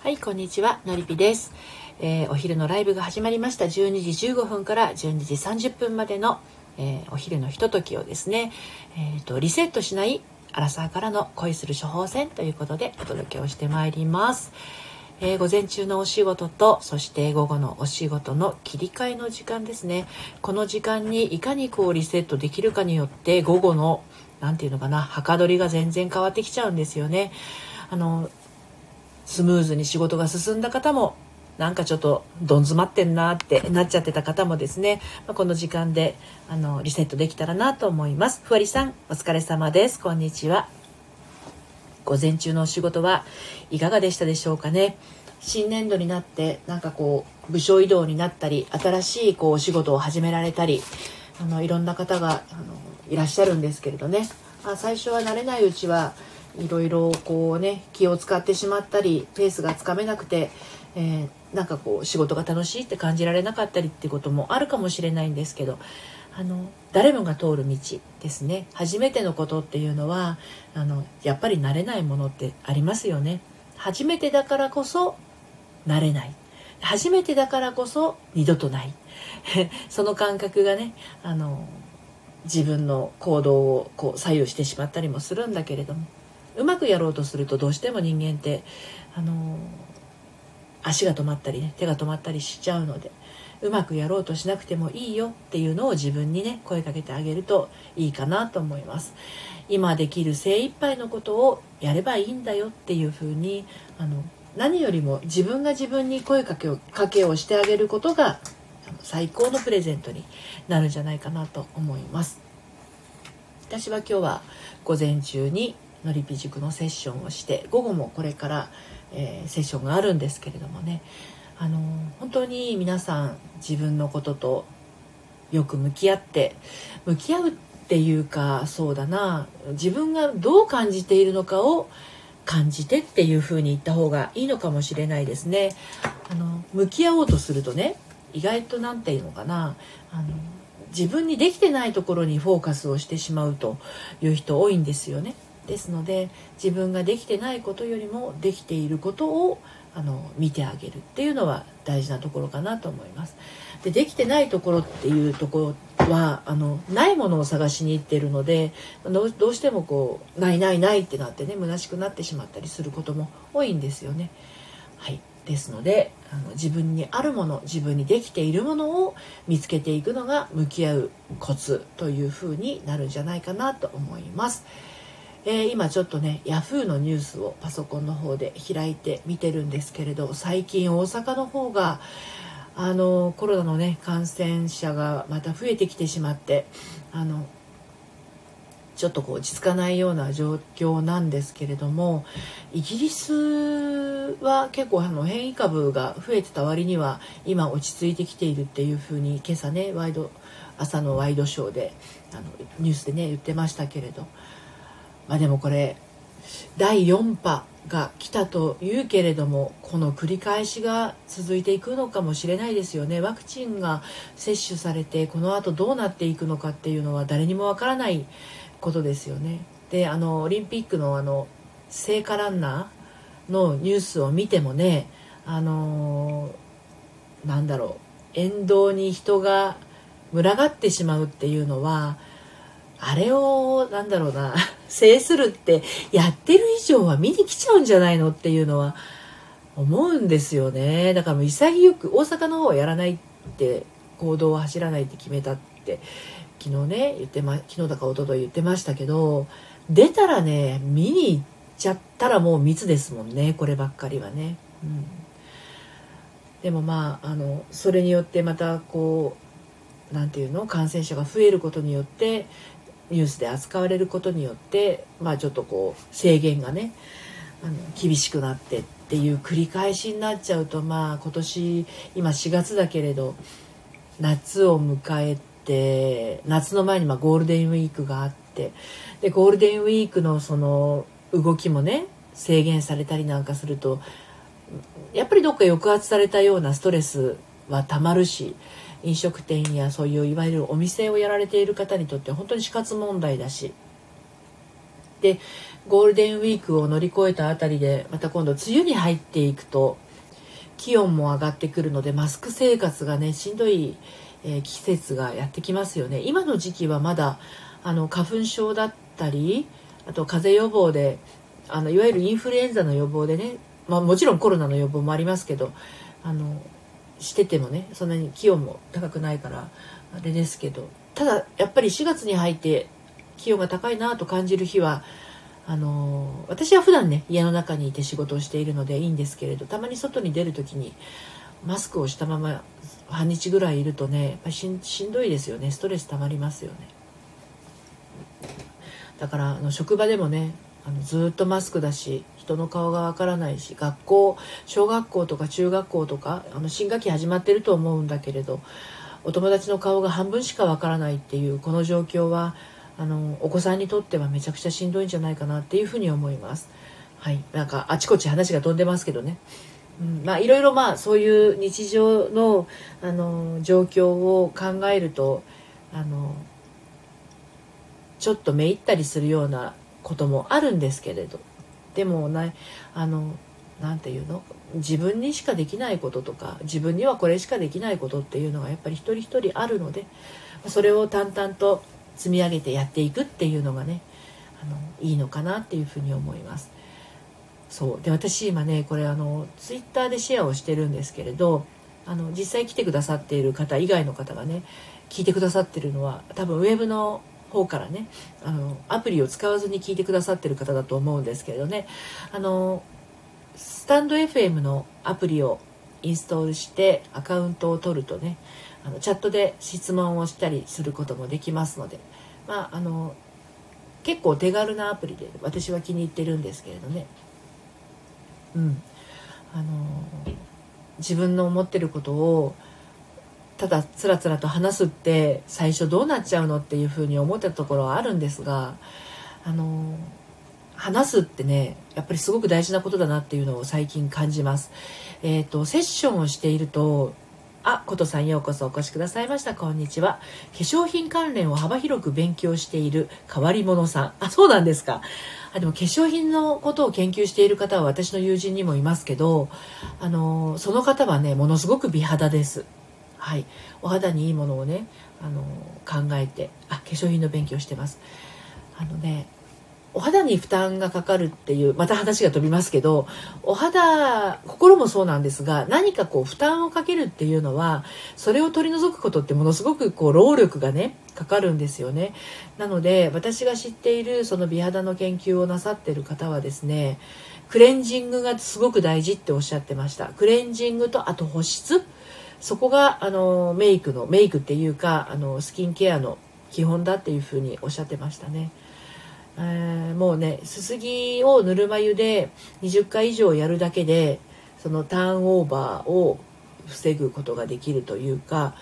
はい、こんにちは、のりぴです。お昼のライブが始まりました。12時15分から12時30分までの、お昼のひとときをですね、リセットしないアラサーからの恋する処方箋ということでお届けをしてまいります。午前中のお仕事と、そして午後のお仕事の切り替えの時間ですね。この時間にいかにリセットできるかによって、午後のはかどりが全然変わってきちゃうんですよね。スムーズに仕事が進んだ方も、なんかちょっとどん詰まってんなってなっちゃってた方もですね、この時間でリセットできたらなと思います。ふわりさん、お疲れ様です。こんにちは。午前中のお仕事はいかがでしたでしょうかね。新年度になって部署移動になったり、新しいお仕事を始められたり、いろんな方がいらっしゃるんですけれどね、最初は慣れないうちはいろいろ気を使ってしまったり、ペースがつかめなくて、仕事が楽しいって感じられなかったりっていうこともあるかもしれないんですけど、誰もが通る道ですね。初めてのことっていうのはやっぱり慣れないものってありますよね。初めてだからこそ慣れない、初めてだからこそ二度とないその感覚がね、自分の行動を左右してしまったりもするんだけれども、うまくやろうとするとどうしても人間って足が止まったりね、手が止まったりしちゃうので、うまくやろうとしなくてもいいよっていうのを自分にね、声かけてあげるといいかなと思います。今できる精一杯のことをやればいいんだよっていうふうに、何よりも自分が自分に声かけをしてあげることが最高のプレゼントになるんじゃないかなと思います。私は今日は午前中にのりぴ塾のセッションをして、午後もこれから、セッションがあるんですけれどもね、本当に皆さん自分のこととよく向き合うっていうか、そうだな、自分がどう感じているのかを感じてっていう風に言った方がいいのかもしれないですね。向き合おうとするとね、意外と自分にできてないところにフォーカスをしてしまうという人多いんですよね。ですので、自分ができてないことよりもできていることを見てあげるっていうのは大事なところかなと思います。できてないところっていうところはないものを探しに行っているので、どうしてもないってなってね、虚しくなってしまったりすることも多いんですよね。はい。ですので自分にあるもの、自分にできているものを見つけていくのが向き合うコツというふうになるんじゃないかなと思います。今ちょっとね、ヤフーのニュースをパソコンの方で開いて見てるんですけれど、最近大阪の方がコロナのね、感染者がまた増えてきてしまって、ちょっと落ち着かないような状況なんですけれども、イギリスは結構変異株が増えてた割には今落ち着いてきているっていうふうに今朝ね、朝のワイドショーでニュースでね言ってましたけれど、でもこれ第4波が来たというけれども、この繰り返しが続いていくのかもしれないですよね。ワクチンが接種されてこの後どうなっていくのかっていうのは誰にもわからないことですよね。で、オリンピックの聖火ランナーのニュースを見てもね、沿道に人が群がってしまうっていうのは、あれを制するってやってる以上は見に来ちゃうんじゃないのっていうのは思うんですよね。だからもう潔く大阪の方はやらないって、行動を走らないって決めたって昨日ね昨日だか一昨日言ってましたけど、出たらね、見に行っちゃったらもう密ですもんね、こればっかりはね。でもそれによってまた感染者が増えることによって、ニュースで扱われることによって、ちょっと制限がね厳しくなってっていう繰り返しになっちゃうと、今年今4月だけれど、夏を迎えて、夏の前にゴールデンウィークがあって、でゴールデンウィークのその動きもね制限されたりなんかすると、やっぱりどっか抑圧されたようなストレスはたまるし、飲食店やそういういわゆるお店をやられている方にとっては本当に死活問題だし、 でゴールデンウィークを乗り越えたあたりでまた今度梅雨に入っていくと気温も上がってくるのでマスク生活がねしんどい、季節がやってきますよね。今の時期はまだ花粉症だったりあと風邪予防でいわゆるインフルエンザの予防でね、もちろんコロナの予防もありますけどしててもねそんなに気温も高くないからあれですけど、ただやっぱり4月に入って気温が高いなと感じる日は私は普段ね家の中にいて仕事をしているのでいいんですけれど、たまに外に出る時にマスクをしたまま半日ぐらいいるとねやっぱりしんどいですよね。ストレス溜まりますよね。だから職場でもねずっとマスクだし人の顔がわからないし、学校小学校とか中学校とか新学期始まってると思うんだけれどお友達の顔が半分しかわからないっていうこの状況はお子さんにとってはめちゃくちゃしんどいんじゃないかなっていうふうに思います。はい、なんかあちこち話が飛んでますけどね、いろいろそういう日常の状況を考えるとちょっとめいったりするようなこともあるんですけれど、でもなんていうの、自分にしかできないこととか自分にはこれしかできないことっていうのがやっぱり一人一人あるので、それを淡々と積み上げてやっていくっていうのがねいいのかなっていうふうに思います。そうで私今ねこれツイッターでシェアをしてるんですけれど実際来てくださっている方以外の方がね聞いてくださってるのは多分ウェブの方からねアプリを使わずに聞いてくださってる方だと思うんですけれどね、スタンド FM のアプリをインストールしてアカウントを取るとねチャットで質問をしたりすることもできますので、結構手軽なアプリで私は気に入ってるんですけれどね、自分の思ってることをただつらつらと話すって最初どうなっちゃうのっていうふうに思ったところはあるんですが、話すってねやっぱりすごく大事なことだなっていうのを最近感じます。セッションをしているとことさんようこそお越しくださいました。こんにちは。化粧品関連を幅広く勉強している変わり者さん。そうなんですか。でも化粧品のことを研究している方は私の友人にもいますけどその方はねものすごく美肌です。はい、お肌にいいものをね考えて化粧品の勉強してます。お肌に負担がかかるっていうまた話が飛びますけど心もそうなんですが何か負担をかけるっていうのはそれを取り除くことってものすごく労力がねかかるんですよね。なので私が知っているその美肌の研究をなさっている方はですねクレンジングがすごく大事っておっしゃってました。クレンジングとあと保湿、そこがメイクっていうかスキンケアの基本だっていうふうにおっしゃってましたね。もうねすすぎをぬるま湯で20回以上やるだけでそのターンオーバーを防ぐことができるというか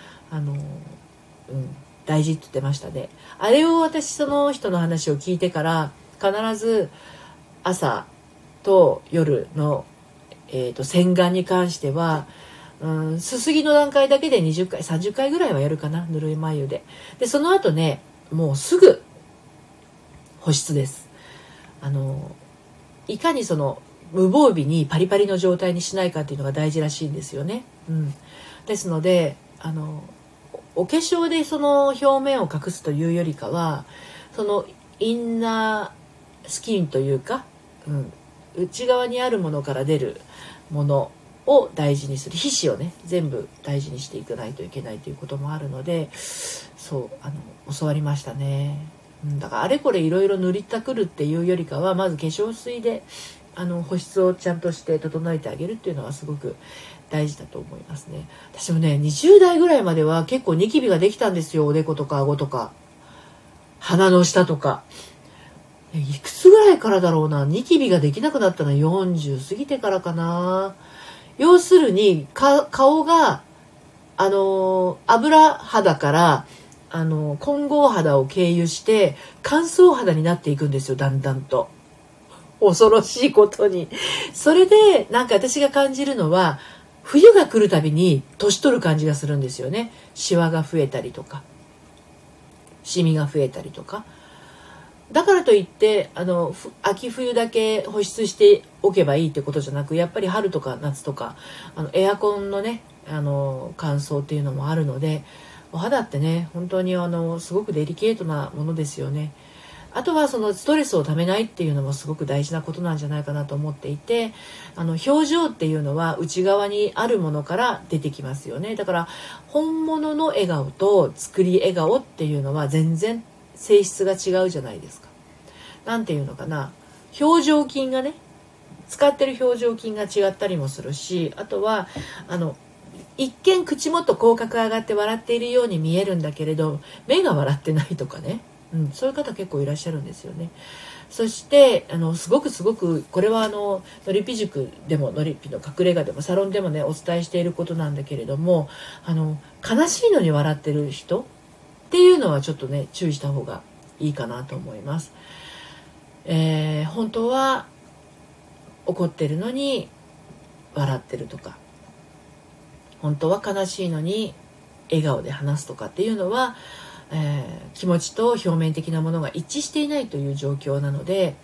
大事って言ってましたね。あれを私その人の話を聞いてから必ず朝と夜の、洗顔に関してはすすぎの段階だけで20回30回ぐらいはやるかな、ぬるま湯で。でその後ねもうすぐ保湿です。いかにその無防備にパリパリの状態にしないかっていうのが大事らしいんですよね。ですのでお化粧でその表面を隠すというよりかはそのインナースキンというか、内側にあるものから出るものを大事にする、皮脂をね全部大事にしていかないといけないということもあるので教わりましたね。だからあれこれいろいろ塗りたくるっていうよりかはまず化粧水で保湿をちゃんとして整えてあげるっていうのはすごく大事だと思いますね。私もね20代ぐらいまでは結構ニキビができたんですよ。おでことか顎とか鼻の下とか。いくつぐらいからだろうな、ニキビができなくなったのは40過ぎてからかな。要するに顔が油肌から混合肌を経由して乾燥肌になっていくんですよ、だんだんと。恐ろしいことに。それでなんか私が感じるのは冬が来るたびに年取る感じがするんですよね。シワが増えたりとかシミが増えたりとかだからといって秋冬だけ保湿しておけばいいってことじゃなく、やっぱり春とか夏とかエアコンのね乾燥っていうのもあるので、お肌ってね本当にすごくデリケートなものですよね。あとはそのストレスをためないっていうのもすごく大事なことなんじゃないかなと思っていて、表情っていうのは内側にあるものから出てきますよね。だから本物の笑顔と作り笑顔っていうのは全然性質が違うじゃないですか。なんていうのかな、表情筋がね、使ってる表情筋が違ったりもするし、あとは一見口元口角上がって笑っているように見えるんだけれど目が笑ってないとかね、そういう方結構いらっしゃるんですよね。そしてすごくこれはのりぴ塾でものりぴの隠れ家でもサロンでもねお伝えしていることなんだけれども、悲しいのに笑ってる人っていうのはちょっとね注意した方がいいかなと思います。本当は怒ってるのに笑ってるとか、本当は悲しいのに笑顔で話すとかっていうのは、気持ちと表面的なものが一致していないという状況なので、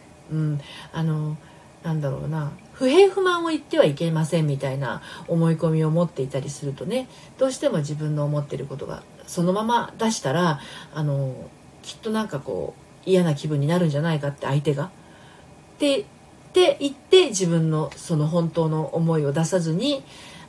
なんだろうな、不平不満を言ってはいけませんみたいな思い込みを持っていたりするとね、どうしても自分の思っていることがそのまま出したらきっとなんかこう嫌な気分になるんじゃないかって相手がって言って自分のその本当の思いを出さずに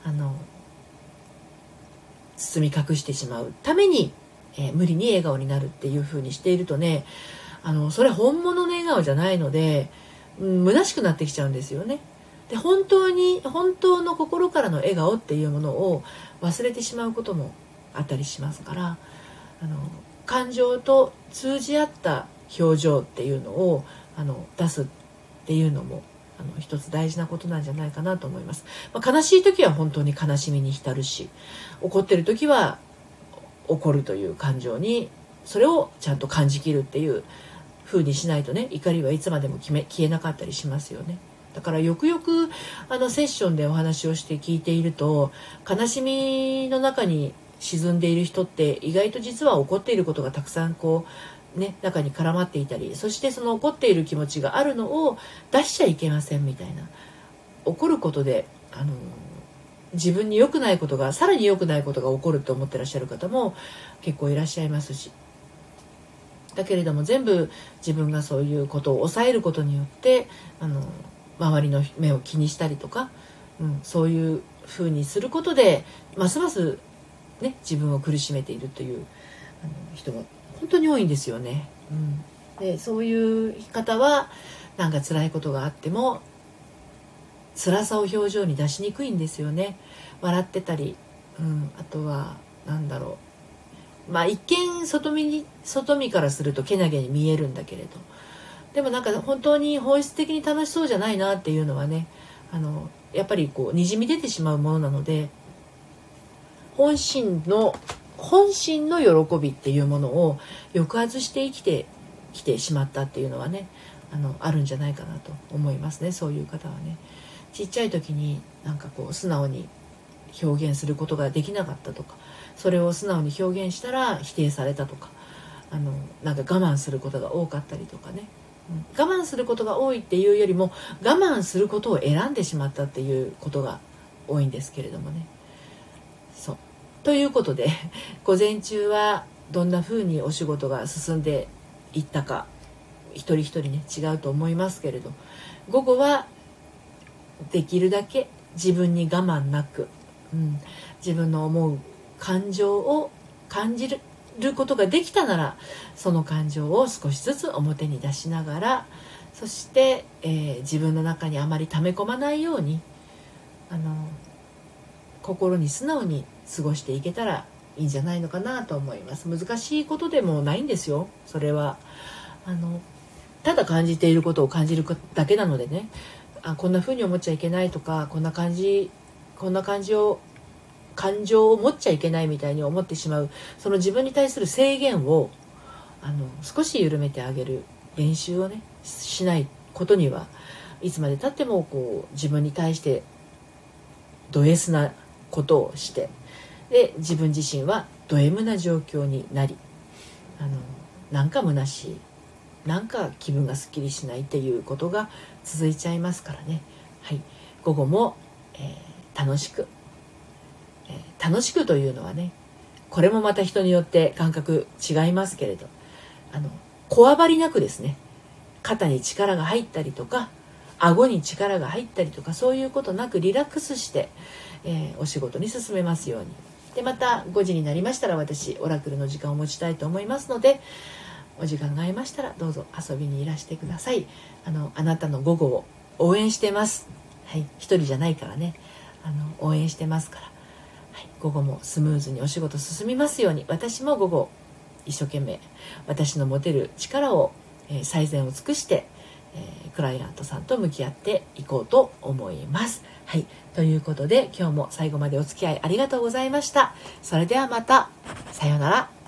包み隠してしまうために、無理に笑顔になるっていう風にしているとね、それ本物の笑顔じゃないので、虚しくなってきちゃうんですよね。で本当の心からの笑顔っていうものを忘れてしまうこともあったりしますから、感情と通じ合った表情っていうのを出すっていうのも一つ大事なことなんじゃないかなと思います。悲しい時は本当に悲しみに浸るし、怒ってる時は怒るという感情にそれをちゃんと感じきるっていう風にしないとね、怒りはいつまでも消えなかったりしますよね。だからよくよくセッションでお話をして聞いていると、悲しみの中に沈んでいる人って意外と実は怒っていることがたくさん中に絡まっていたり、そしてその怒っている気持ちがあるのを出しちゃいけませんみたいな、怒ることで自分に良くないことがさらに良くないことが起こると思ってらっしゃる方も結構いらっしゃいますし、だけれども全部自分がそういうことを抑えることによって周りの目を気にしたりとか、そういう風にすることでますますね自分を苦しめているという人も本当に多いんですよね。でそういう方はなんか辛いことがあっても辛さを表情に出しにくいんですよね。笑ってたり、あとはなんだろう、一見外見からするとけなげに見えるんだけれど、でもなんか本当に本質的に楽しそうじゃないなっていうのはね、やっぱりにじみ出てしまうものなので、本心の喜びっていうものを抑圧して生きてきてしまったっていうのはねあるんじゃないかなと思いますね。そういう方はね、ちっちゃい時になんか素直に表現することができなかったとか、それを素直に表現したら否定されたとか、なんか我慢することが多かったりとかね、我慢することが多いっていうよりも我慢することを選んでしまったっていうことが多いんですけれどもね。そうということで午前中はどんな風にお仕事が進んでいったか一人一人ね違うと思いますけれど、午後はできるだけ自分に我慢なく、自分の思う感情を感じることができたならその感情を少しずつ表に出しながら、そして、自分の中にあまり溜め込まないように心に素直に過ごしていけたらいいんじゃないのかなと思います。難しいことでもないんですよ。それはただ感じていることを感じるだけなのでね、こんな風に思っちゃいけないとか、こんな感情を持っちゃいけないみたいに思ってしまう、その自分に対する制限を少し緩めてあげる練習をねしないことにはいつまで経っても自分に対してド S なことをして、で自分自身はド M な状況になりなんか虚しいなんか気分がすっきりしないっていうことが続いちゃいますからね。はい、午後も、楽しく、楽しくというのはね、これもまた人によって感覚違いますけれど、こわばりなくですね、肩に力が入ったりとか顎に力が入ったりとか、そういうことなくリラックスして、お仕事に進めますように。でまた5時になりましたら私オラクルの時間を持ちたいと思いますので、お時間が合いましたらどうぞ遊びにいらしてください。あなたの午後を応援してます。はい、一人じゃないからね、応援してますから、はい、午後もスムーズにお仕事進みますように、私も午後一生懸命私の持てる力を、最善を尽くして、クライアントさんと向き合っていこうと思います。はい、ということで今日も最後までお付き合いありがとうございました。それではまた、さようなら。